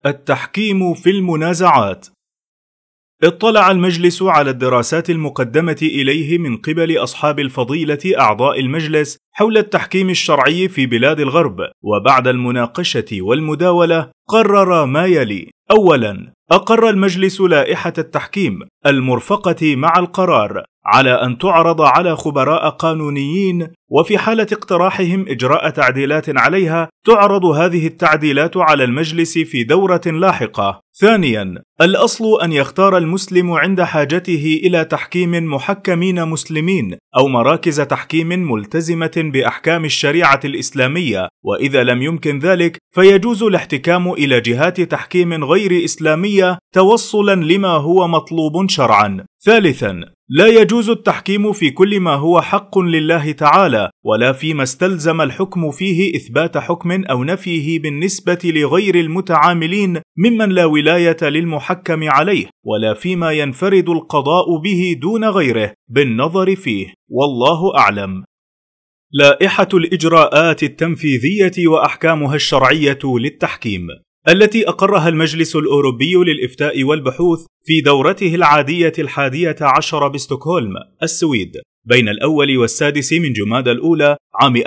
التحكيم في المنازعات. اطلع المجلس على الدراسات المقدمة إليه من قبل أصحاب الفضيلة أعضاء المجلس حول التحكيم الشرعي في بلاد الغرب، وبعد المناقشة والمداولة قرر ما يلي: أولاً، أقر المجلس لائحة التحكيم المرفقة مع القرار على أن تعرض على خبراء قانونيين، وفي حالة اقتراحهم إجراء تعديلات عليها تعرض هذه التعديلات على المجلس في دورة لاحقة. ثانياً، الأصل أن يختار المسلم عند حاجته إلى تحكيم محكمين مسلمين أو مراكز تحكيم ملتزمة بأحكام الشريعة الإسلامية، وإذا لم يمكن ذلك فيجوز الاحتكام إلى جهات تحكيم غير إسلامية توصلاً لما هو مطلوب شرعاً. ثالثاً، لا يجوز التحكيم في كل ما هو حق لله تعالى، ولا فيما استلزم الحكم فيه إثبات حكم أو نفيه بالنسبة لغير المتعاملين ممن لا ولاية للمحكم عليه، ولا فيما ينفرد القضاء به دون غيره بالنظر فيه، والله أعلم. لائحة الإجراءات التنفيذية وأحكامها الشرعية للتحكيم، التي أقرها المجلس الأوروبي للإفتاء والبحوث في دورته العادية 11 بستوكهولم، السويد، بين الأول والسادس من جمادى الأولى عام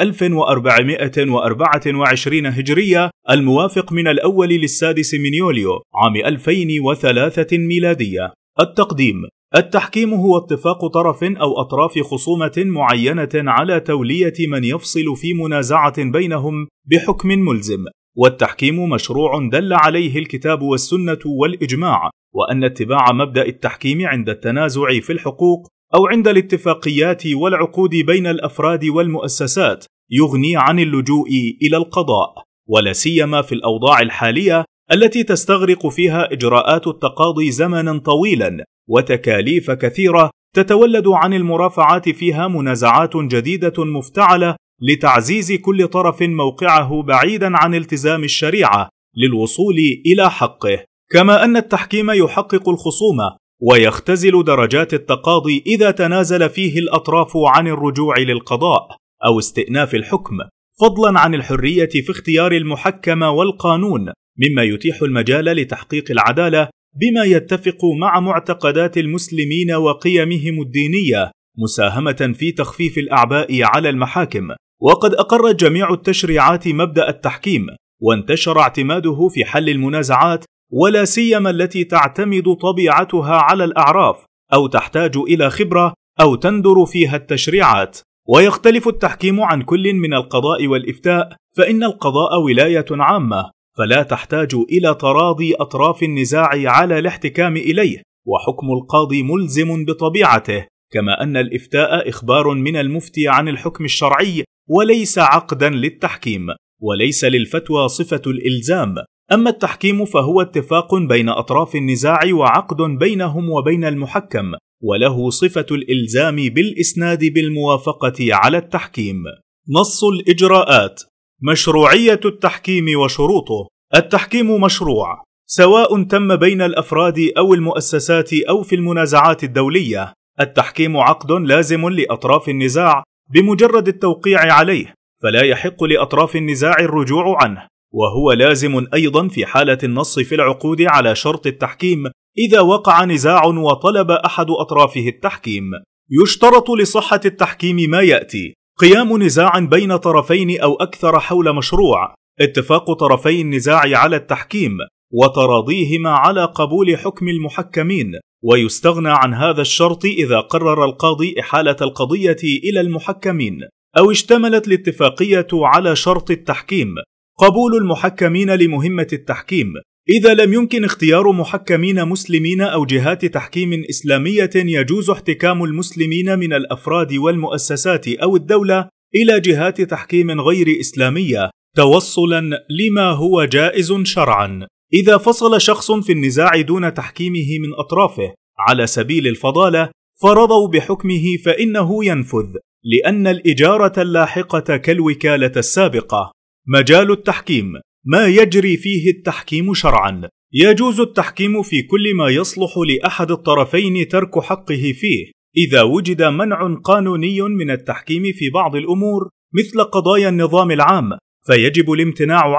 1424 هجرية، الموافق من الأول للسادس من يوليو عام 2003 ميلادية. التقديم: التحكيم هو اتفاق طرف أو أطراف خصومة معينة على تولية من يفصل في منازعة بينهم بحكم ملزم، والتحكيم مشروع دل عليه الكتاب والسنة والإجماع، وأن اتباع مبدأ التحكيم عند التنازع في الحقوق أو عند الاتفاقيات والعقود بين الأفراد والمؤسسات يغني عن اللجوء إلى القضاء، ولا سيما في الأوضاع الحالية التي تستغرق فيها إجراءات التقاضي زمنا طويلا وتكاليف كثيرة تتولد عن المرافعات فيها منازعات جديدة مفتعلة لتعزيز كل طرف موقعه بعيدا عن التزام الشريعة للوصول إلى حقه، كما أن التحكيم يحقق الخصومة ويختزل درجات التقاضي إذا تنازل فيه الأطراف عن الرجوع للقضاء أو استئناف الحكم، فضلا عن الحرية في اختيار المحكم والقانون، مما يتيح المجال لتحقيق العدالة بما يتفق مع معتقدات المسلمين وقيمهم الدينية، مساهمة في تخفيف الأعباء على المحاكم. وقد أقرت جميع التشريعات مبدأ التحكيم، وانتشر اعتماده في حل المنازعات، ولا سيما التي تعتمد طبيعتها على الأعراف أو تحتاج إلى خبرة أو تندر فيها التشريعات. ويختلف التحكيم عن كل من القضاء والإفتاء، فإن القضاء ولاية عامة فلا تحتاج إلى تراضي أطراف النزاع على الاحتكام إليه، وحكم القاضي ملزم بطبيعته، كما أن الإفتاء إخبار من المفتي عن الحكم الشرعي وليس عقدا للتحكيم، وليس للفتوى صفة الإلزام. أما التحكيم فهو اتفاق بين أطراف النزاع وعقد بينهم وبين المحكم، وله صفة الإلزام بالإسناد بالموافقة على التحكيم. نص الإجراءات: مشروعية التحكيم وشروطه. التحكيم مشروع سواء تم بين الأفراد أو المؤسسات أو في المنازعات الدولية. التحكيم عقد لازم لأطراف النزاع بمجرد التوقيع عليه، فلا يحق لأطراف النزاع الرجوع عنه، وهو لازم أيضا في حالة النص في العقود على شرط التحكيم إذا وقع نزاع وطلب أحد أطرافه التحكيم. يشترط لصحة التحكيم ما يأتي: قيام نزاع بين طرفين أو أكثر حول مشروع، اتفاق طرفي النزاع على التحكيم، وتراضيهما على قبول حكم المحكمين، ويستغنى عن هذا الشرط إذا قرر القاضي إحالة القضية إلى المحكمين، أو اشتملت الاتفاقية على شرط التحكيم قبول المحكمين لمهمة التحكيم، إذا لم يمكن اختيار محكمين مسلمين أو جهات تحكيم إسلامية يجوز احتكام المسلمين من الأفراد والمؤسسات أو الدولة إلى جهات تحكيم غير إسلامية توصلا لما هو جائز شرعا. إذا فصل شخص في النزاع دون تحكيمه من أطرافه على سبيل الفضالة فرضوا بحكمه فإنه ينفذ، لأن الإجارة اللاحقة كالوكالة السابقة. مجال التحكيم: ما يجري فيه التحكيم شرعا. يجوز التحكيم في كل ما يصلح لأحد الطرفين ترك حقه فيه، إذا وجد منع قانوني من التحكيم في بعض الأمور مثل قضايا النظام العام فيجب الامتناع عنه،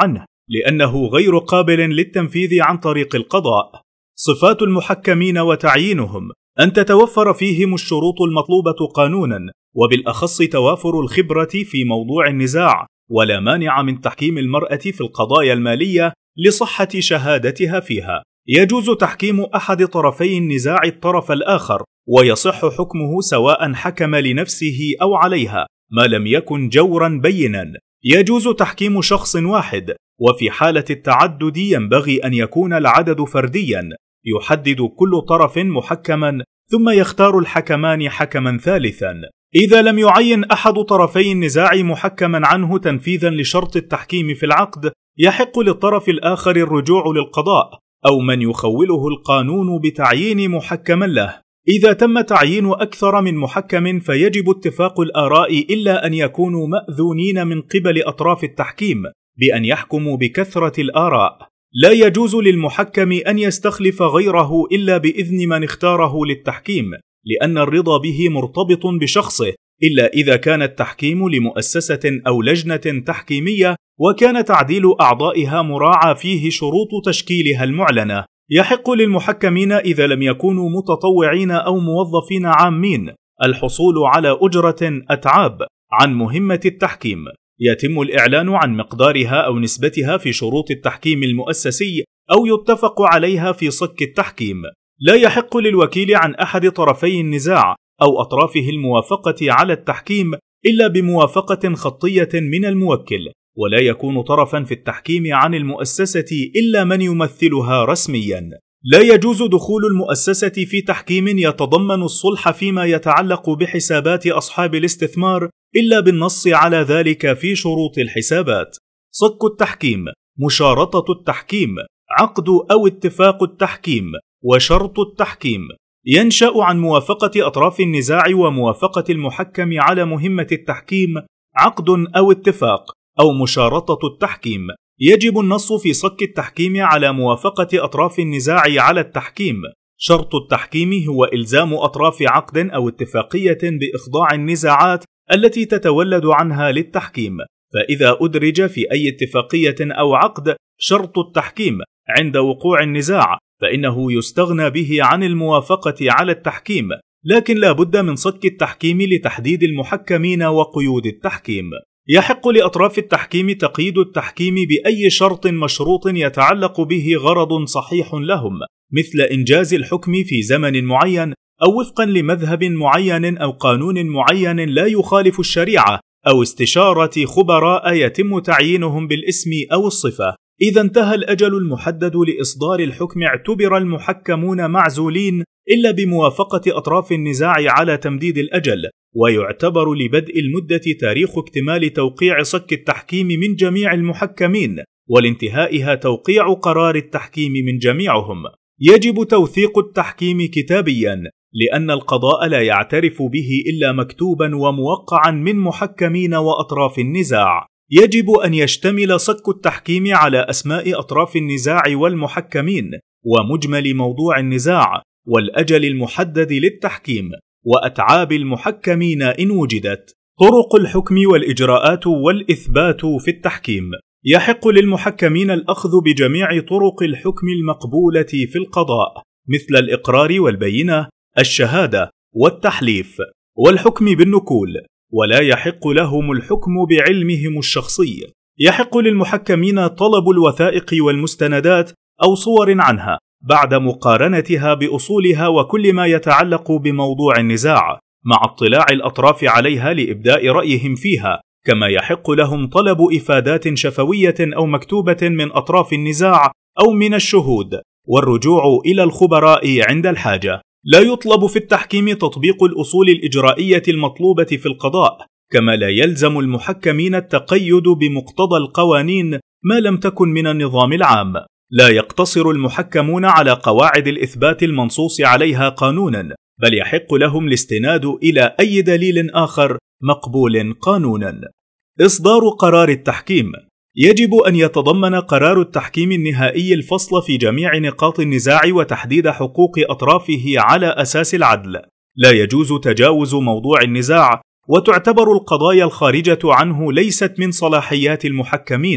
لأنه غير قابل للتنفيذ عن طريق القضاء. صفات المحكمين وتعيينهم: أن تتوفر فيهم الشروط المطلوبة قانونا، وبالأخص توافر الخبرة في موضوع النزاع، ولا مانع من تحكيم المرأة في القضايا المالية لصحة شهادتها فيها. يجوز تحكيم أحد طرفي النزاع الطرف الآخر، ويصح حكمه سواء حكم لنفسه أو عليها ما لم يكن جورا بينا. يجوز تحكيم شخص واحد، وفي حالة التعدد ينبغي أن يكون العدد فرديا، يحدد كل طرف محكما ثم يختار الحكمان حكما ثالثا. إذا لم يعين أحد طرفي النزاع محكما عنه تنفيذا لشرط التحكيم في العقد، يحق للطرف الآخر الرجوع للقضاء أو من يخوله القانون بتعيين محكما له. إذا تم تعيين أكثر من محكم فيجب اتفاق الآراء إلا أن يكونوا مأذونين من قبل أطراف التحكيم بأن يحكموا بكثرة الآراء. لا يجوز للمحكم أن يستخلف غيره إلا بإذن من اختاره للتحكيم، لأن الرضا به مرتبط بشخصه، إلا إذا كان التحكيم لمؤسسة أو لجنة تحكيمية وكان تعديل أعضائها مراعى فيه شروط تشكيلها المعلنة. يحق للمحكمين إذا لم يكونوا متطوعين أو موظفين عامين الحصول على أجرة أتعاب عن مهمة التحكيم، يتم الإعلان عن مقدارها أو نسبتها في شروط التحكيم المؤسسي أو يتفق عليها في صك التحكيم. لا يحق للوكيل عن أحد طرفي النزاع أو أطرافه الموافقة على التحكيم إلا بموافقة خطية من الموكل، ولا يكون طرفا في التحكيم عن المؤسسة إلا من يمثلها رسميا. لا يجوز دخول المؤسسة في تحكيم يتضمن الصلح فيما يتعلق بحسابات أصحاب الاستثمار إلا بالنص على ذلك في شروط الحسابات. صك التحكيم: مشارطة التحكيم، عقد أو اتفاق التحكيم، وشرط التحكيم. ينشأ عن موافقة أطراف النزاع وموافقة المحكم على مهمة التحكيم عقد أو اتفاق أو مشارطة التحكيم. يجب النص في صك التحكيم على موافقة أطراف النزاع على التحكيم. شرط التحكيم هو إلزام أطراف عقد أو اتفاقية بإخضاع النزاعات التي تتولد عنها للتحكيم، فإذا أدرج في أي اتفاقية أو عقد شرط التحكيم عند وقوع النزاع فإنه يستغنى به عن الموافقة على التحكيم، لكن لا بد من صك التحكيم لتحديد المحكمين وقيود التحكيم. يحق لأطراف التحكيم تقييد التحكيم بأي شرط مشروط يتعلق به غرض صحيح لهم، مثل إنجاز الحكم في زمن معين أو وفقا لمذهب معين أو قانون معين لا يخالف الشريعة، أو استشارة خبراء يتم تعيينهم بالاسم أو الصفة. إذا انتهى الأجل المحدد لإصدار الحكم اعتبر المحكمون معزولين إلا بموافقة أطراف النزاع على تمديد الأجل، ويعتبر لبدء المدة تاريخ اكتمال توقيع صك التحكيم من جميع المحكمين، ولانتهائها توقيع قرار التحكيم من جميعهم. يجب توثيق التحكيم كتابيا، لأن القضاء لا يعترف به إلا مكتوبا وموقعا من محكمين وأطراف النزاع. يجب أن يشتمل صك التحكيم على أسماء أطراف النزاع والمحكمين، ومجمل موضوع النزاع، والأجل المحدد للتحكيم، وأتعاب المحكمين إن وجدت. طرق الحكم والإجراءات والإثبات في التحكيم: يحق للمحكمين الأخذ بجميع طرق الحكم المقبولة في القضاء، مثل الإقرار والبينة، الشهادة، والتحليف، والحكم بالنكول، ولا يحق لهم الحكم بعلمهم الشخصي. يحق للمحكمين طلب الوثائق والمستندات أو صور عنها بعد مقارنتها بأصولها وكل ما يتعلق بموضوع النزاع، مع اطلاع الأطراف عليها لإبداء رأيهم فيها، كما يحق لهم طلب إفادات شفوية أو مكتوبة من أطراف النزاع أو من الشهود، والرجوع إلى الخبراء عند الحاجة. لا يطلب في التحكيم تطبيق الأصول الإجرائية المطلوبة في القضاء، كما لا يلزم المحكمين التقيد بمقتضى القوانين ما لم تكن من النظام العام. لا يقتصر المحكمون على قواعد الإثبات المنصوص عليها قانونا، بل يحق لهم الاستناد إلى أي دليل آخر مقبول قانونا. إصدار قرار التحكيم: يجب أن يتضمن قرار التحكيم النهائي الفصل في جميع نقاط النزاع وتحديد حقوق أطرافه على أساس العدل. لا يجوز تجاوز موضوع النزاع، وتعتبر القضايا الخارجة عنه ليست من صلاحيات المحكمين،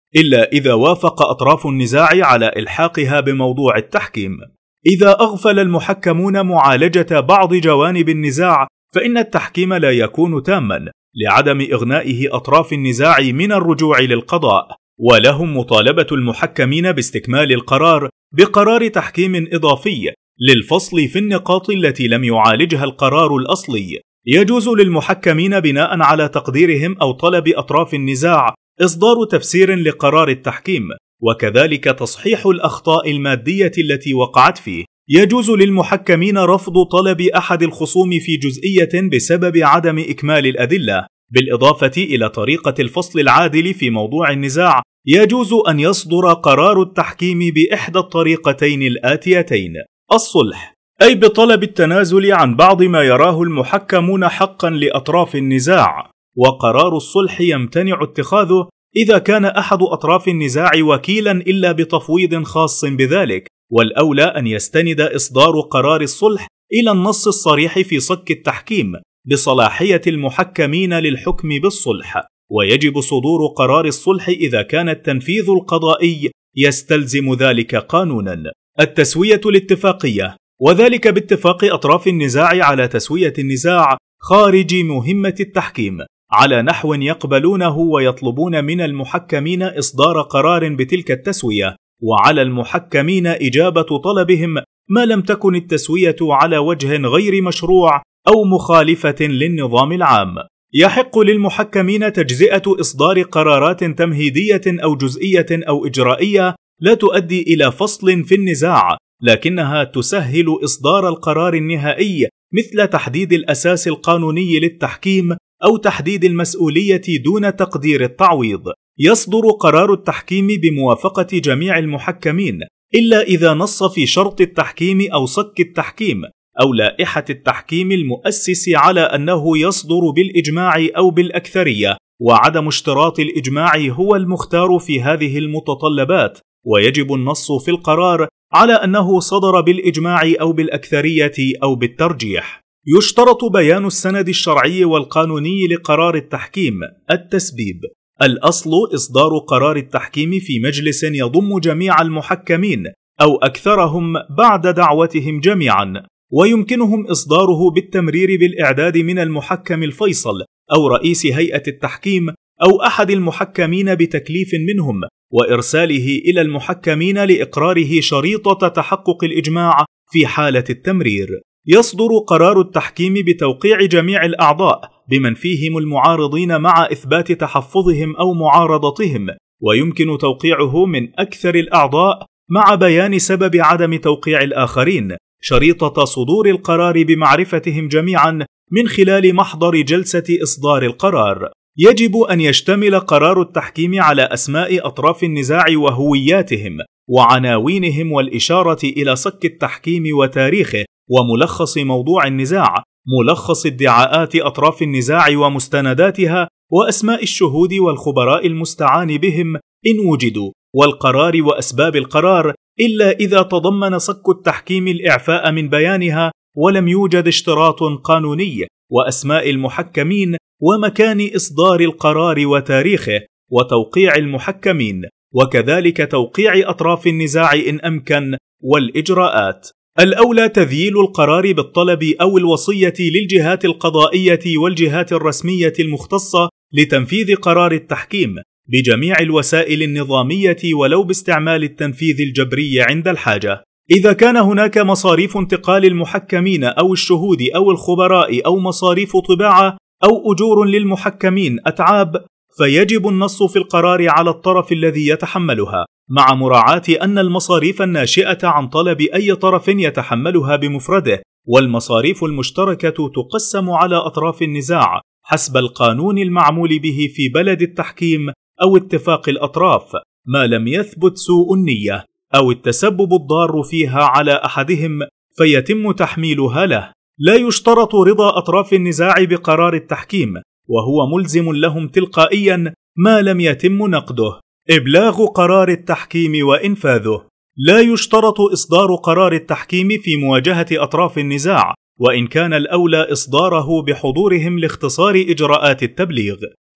إلا إذا وافق أطراف النزاع على إلحاقها بموضوع التحكيم. إذا أغفل المحكمون معالجة بعض جوانب النزاع فإن التحكيم لا يكون تاماً لعدم إغنائه أطراف النزاع من الرجوع للقضاء، ولهم مطالبة المحكمين باستكمال القرار بقرار تحكيم إضافي للفصل في النقاط التي لم يعالجها القرار الأصلي. يجوز للمحكمين بناء على تقديرهم أو طلب أطراف النزاع إصدار تفسير لقرار التحكيم، وكذلك تصحيح الأخطاء المادية التي وقعت فيه. يجوز للمحكمين رفض طلب أحد الخصوم في جزئية بسبب عدم إكمال الأدلة. بالإضافة إلى طريقة الفصل العادل في موضوع النزاع، يجوز أن يصدر قرار التحكيم بإحدى الطريقتين الآتيتين: الصلح، أي بطلب التنازل عن بعض ما يراه المحكمون حقا لأطراف النزاع، وقرار الصلح يمتنع اتخاذه إذا كان أحد أطراف النزاع وكيلا إلا بتفويض خاص بذلك، والأولى أن يستند إصدار قرار الصلح إلى النص الصريح في صك التحكيم بصلاحية المحكمين للحكم بالصلح، ويجب صدور قرار الصلح إذا كان التنفيذ القضائي يستلزم ذلك قانونا. التسوية الاتفاقية، وذلك باتفاق أطراف النزاع على تسوية النزاع خارج مهمة التحكيم على نحو يقبلونه ويطلبون من المحكمين إصدار قرار بتلك التسوية، وعلى المحكمين إجابة طلبهم ما لم تكن التسوية على وجه غير مشروع أو مخالفة للنظام العام. يحق للمحكمين تجزئة إصدار قرارات تمهيدية أو جزئية أو إجرائية لا تؤدي إلى فصل في النزاع، لكنها تسهل إصدار القرار النهائي، مثل تحديد الأساس القانوني للتحكيم أو تحديد المسؤولية دون تقدير التعويض. يصدر قرار التحكيم بموافقة جميع المحكمين إلا إذا نص في شرط التحكيم أو صك التحكيم أو لائحة التحكيم المؤسس على أنه يصدر بالإجماع أو بالأكثرية، وعدم اشتراط الإجماع هو المختار في هذه المتطلبات، ويجب النص في القرار على أنه صدر بالإجماع أو بالأكثرية أو بالترجيح. يشترط بيان السند الشرعي والقانوني لقرار التحكيم. التسبيب، الأصل إصدار قرار التحكيم في مجلس يضم جميع المحكمين أو أكثرهم بعد دعوتهم جميعا، ويمكنهم إصداره بالتمرير بالإعداد من المحكم الفيصل أو رئيس هيئة التحكيم أو أحد المحكمين بتكليف منهم، وإرساله إلى المحكمين لإقراره شريطة تحقق الإجماع في حالة التمرير. يصدر قرار التحكيم بتوقيع جميع الأعضاء بمن فيهم المعارضين مع إثبات تحفظهم أو معارضتهم، ويمكن توقيعه من أكثر الأعضاء مع بيان سبب عدم توقيع الآخرين، شريطة صدور القرار بمعرفتهم جميعا من خلال محضر جلسة إصدار القرار. يجب أن يشتمل قرار التحكيم على أسماء أطراف النزاع وهوياتهم وعناوينهم والإشارة إلى صك التحكيم وتاريخه وملخص موضوع النزاع، ملخص ادعاءات أطراف النزاع ومستنداتها، وأسماء الشهود والخبراء المستعان بهم إن وجدوا، والقرار وأسباب القرار، إلا إذا تضمن صك التحكيم الإعفاء من بيانها ولم يوجد اشتراط قانوني، وأسماء المحكمين ومكان إصدار القرار وتاريخه، وتوقيع المحكمين، وكذلك توقيع أطراف النزاع إن أمكن، والإجراءات. الأولى تذييل القرار بالطلب أو الوصية للجهات القضائية والجهات الرسمية المختصة لتنفيذ قرار التحكيم بجميع الوسائل النظامية ولو باستعمال التنفيذ الجبري عند الحاجة. إذا كان هناك مصاريف انتقال المحكمين أو الشهود أو الخبراء أو مصاريف طباعة أو أجور للمحكمين أتعاب، فيجب النص في القرار على الطرف الذي يتحملها، مع مراعاة أن المصاريف الناشئة عن طلب أي طرف يتحملها بمفرده، والمصاريف المشتركة تقسم على أطراف النزاع حسب القانون المعمول به في بلد التحكيم أو اتفاق الأطراف، ما لم يثبت سوء النية أو التسبب الضار فيها على أحدهم فيتم تحميلها له. لا يشترط رضا أطراف النزاع بقرار التحكيم، وهو ملزم لهم تلقائيا ما لم يتم نقده. إبلاغ قرار التحكيم وإنفاذه. لا يشترط إصدار قرار التحكيم في مواجهة أطراف النزاع، وإن كان الأولى إصداره بحضورهم لاختصار إجراءات التبليغ.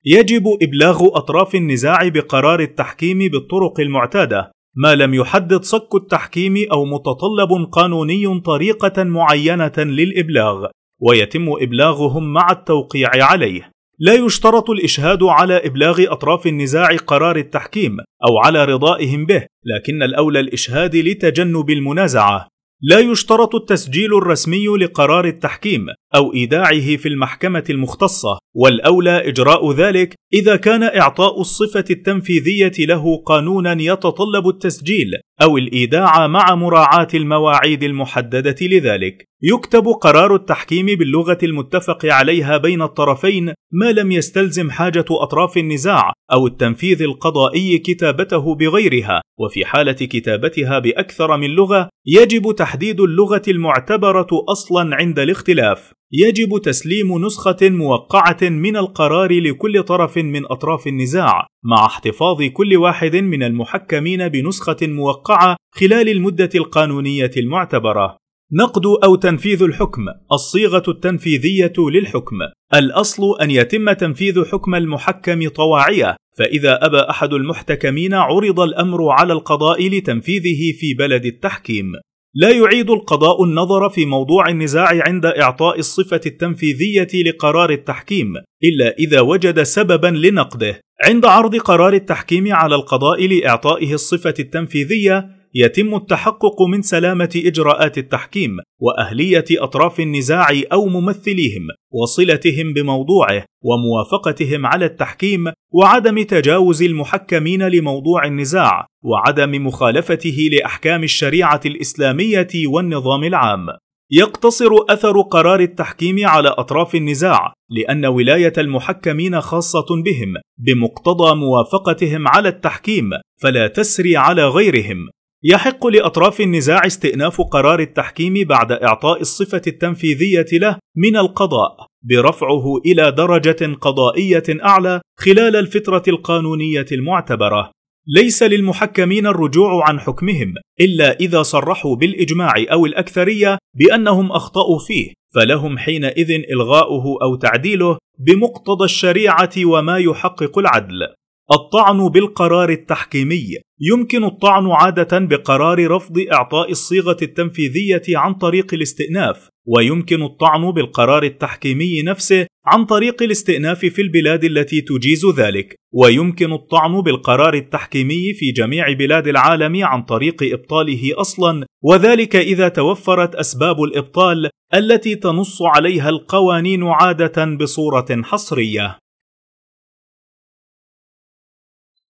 يجب إبلاغ أطراف النزاع بقرار التحكيم بالطرق المعتادة، ما لم يحدد صك التحكيم أو متطلب قانوني طريقة معينة للإبلاغ، ويتم إبلاغهم مع التوقيع عليه. لا يشترط الإشهاد على إبلاغ أطراف النزاع قرار التحكيم أو على رضائهم به، لكن الأولى الإشهاد لتجنب المنازعة. لا يشترط التسجيل الرسمي لقرار التحكيم أو إيداعه في المحكمة المختصة، والأولى إجراء ذلك إذا كان إعطاء الصفة التنفيذية له قانونا يتطلب التسجيل أو الإيداع مع مراعاة المواعيد المحددة لذلك. يكتب قرار التحكيم باللغة المتفق عليها بين الطرفين ما لم يستلزم حاجة أطراف النزاع أو التنفيذ القضائي كتابته بغيرها، وفي حالة كتابتها بأكثر من لغة يجب تحديد اللغة المعتبرة أصلا عند الاختلاف. يجب تسليم نسخة موقعة من القرار لكل طرف من أطراف النزاع، مع احتفاظ كل واحد من المحكمين بنسخة موقعة خلال المدة القانونية المعتبرة. نقض أو تنفيذ الحكم. الصيغة التنفيذية للحكم: الأصل أن يتم تنفيذ حكم المحكم طواعية، فإذا أبى أحد المحتكمين عرض الأمر على القضاء لتنفيذه في بلد التحكيم. لا يعيد القضاء النظر في موضوع النزاع عند إعطاء الصفة التنفيذية لقرار التحكيم إلا إذا وجد سببا لنقضه. عند عرض قرار التحكيم على القضاء لإعطائه الصفة التنفيذية يتم التحقق من سلامة إجراءات التحكيم وأهلية أطراف النزاع أو ممثليهم وصلتهم بموضوعه وموافقتهم على التحكيم وعدم تجاوز المحكمين لموضوع النزاع وعدم مخالفته لأحكام الشريعة الإسلامية والنظام العام. يقتصر أثر قرار التحكيم على أطراف النزاع لأن ولاية المحكمين خاصة بهم بمقتضى موافقتهم على التحكيم، فلا تسري على غيرهم. يحق لأطراف النزاع استئناف قرار التحكيم بعد إعطاء الصفة التنفيذية له من القضاء برفعه إلى درجة قضائية أعلى خلال الفترة القانونية المعتبرة. ليس للمحكمين الرجوع عن حكمهم إلا إذا صرحوا بالإجماع أو الأكثرية بأنهم أخطأوا فيه، فلهم حينئذ إلغاؤه أو تعديله بمقتضى الشريعة وما يحقق العدل. الطعن بالقرار التحكيمي: يمكن الطعن عادة بقرار رفض إعطاء الصيغة التنفيذية عن طريق الاستئناف، ويمكن الطعن بالقرار التحكيمي نفسه عن طريق الاستئناف في البلاد التي تجيز ذلك، ويمكن الطعن بالقرار التحكيمي في جميع بلاد العالم عن طريق إبطاله أصلا، وذلك إذا توفرت أسباب الإبطال التي تنص عليها القوانين عادة بصورة حصرية.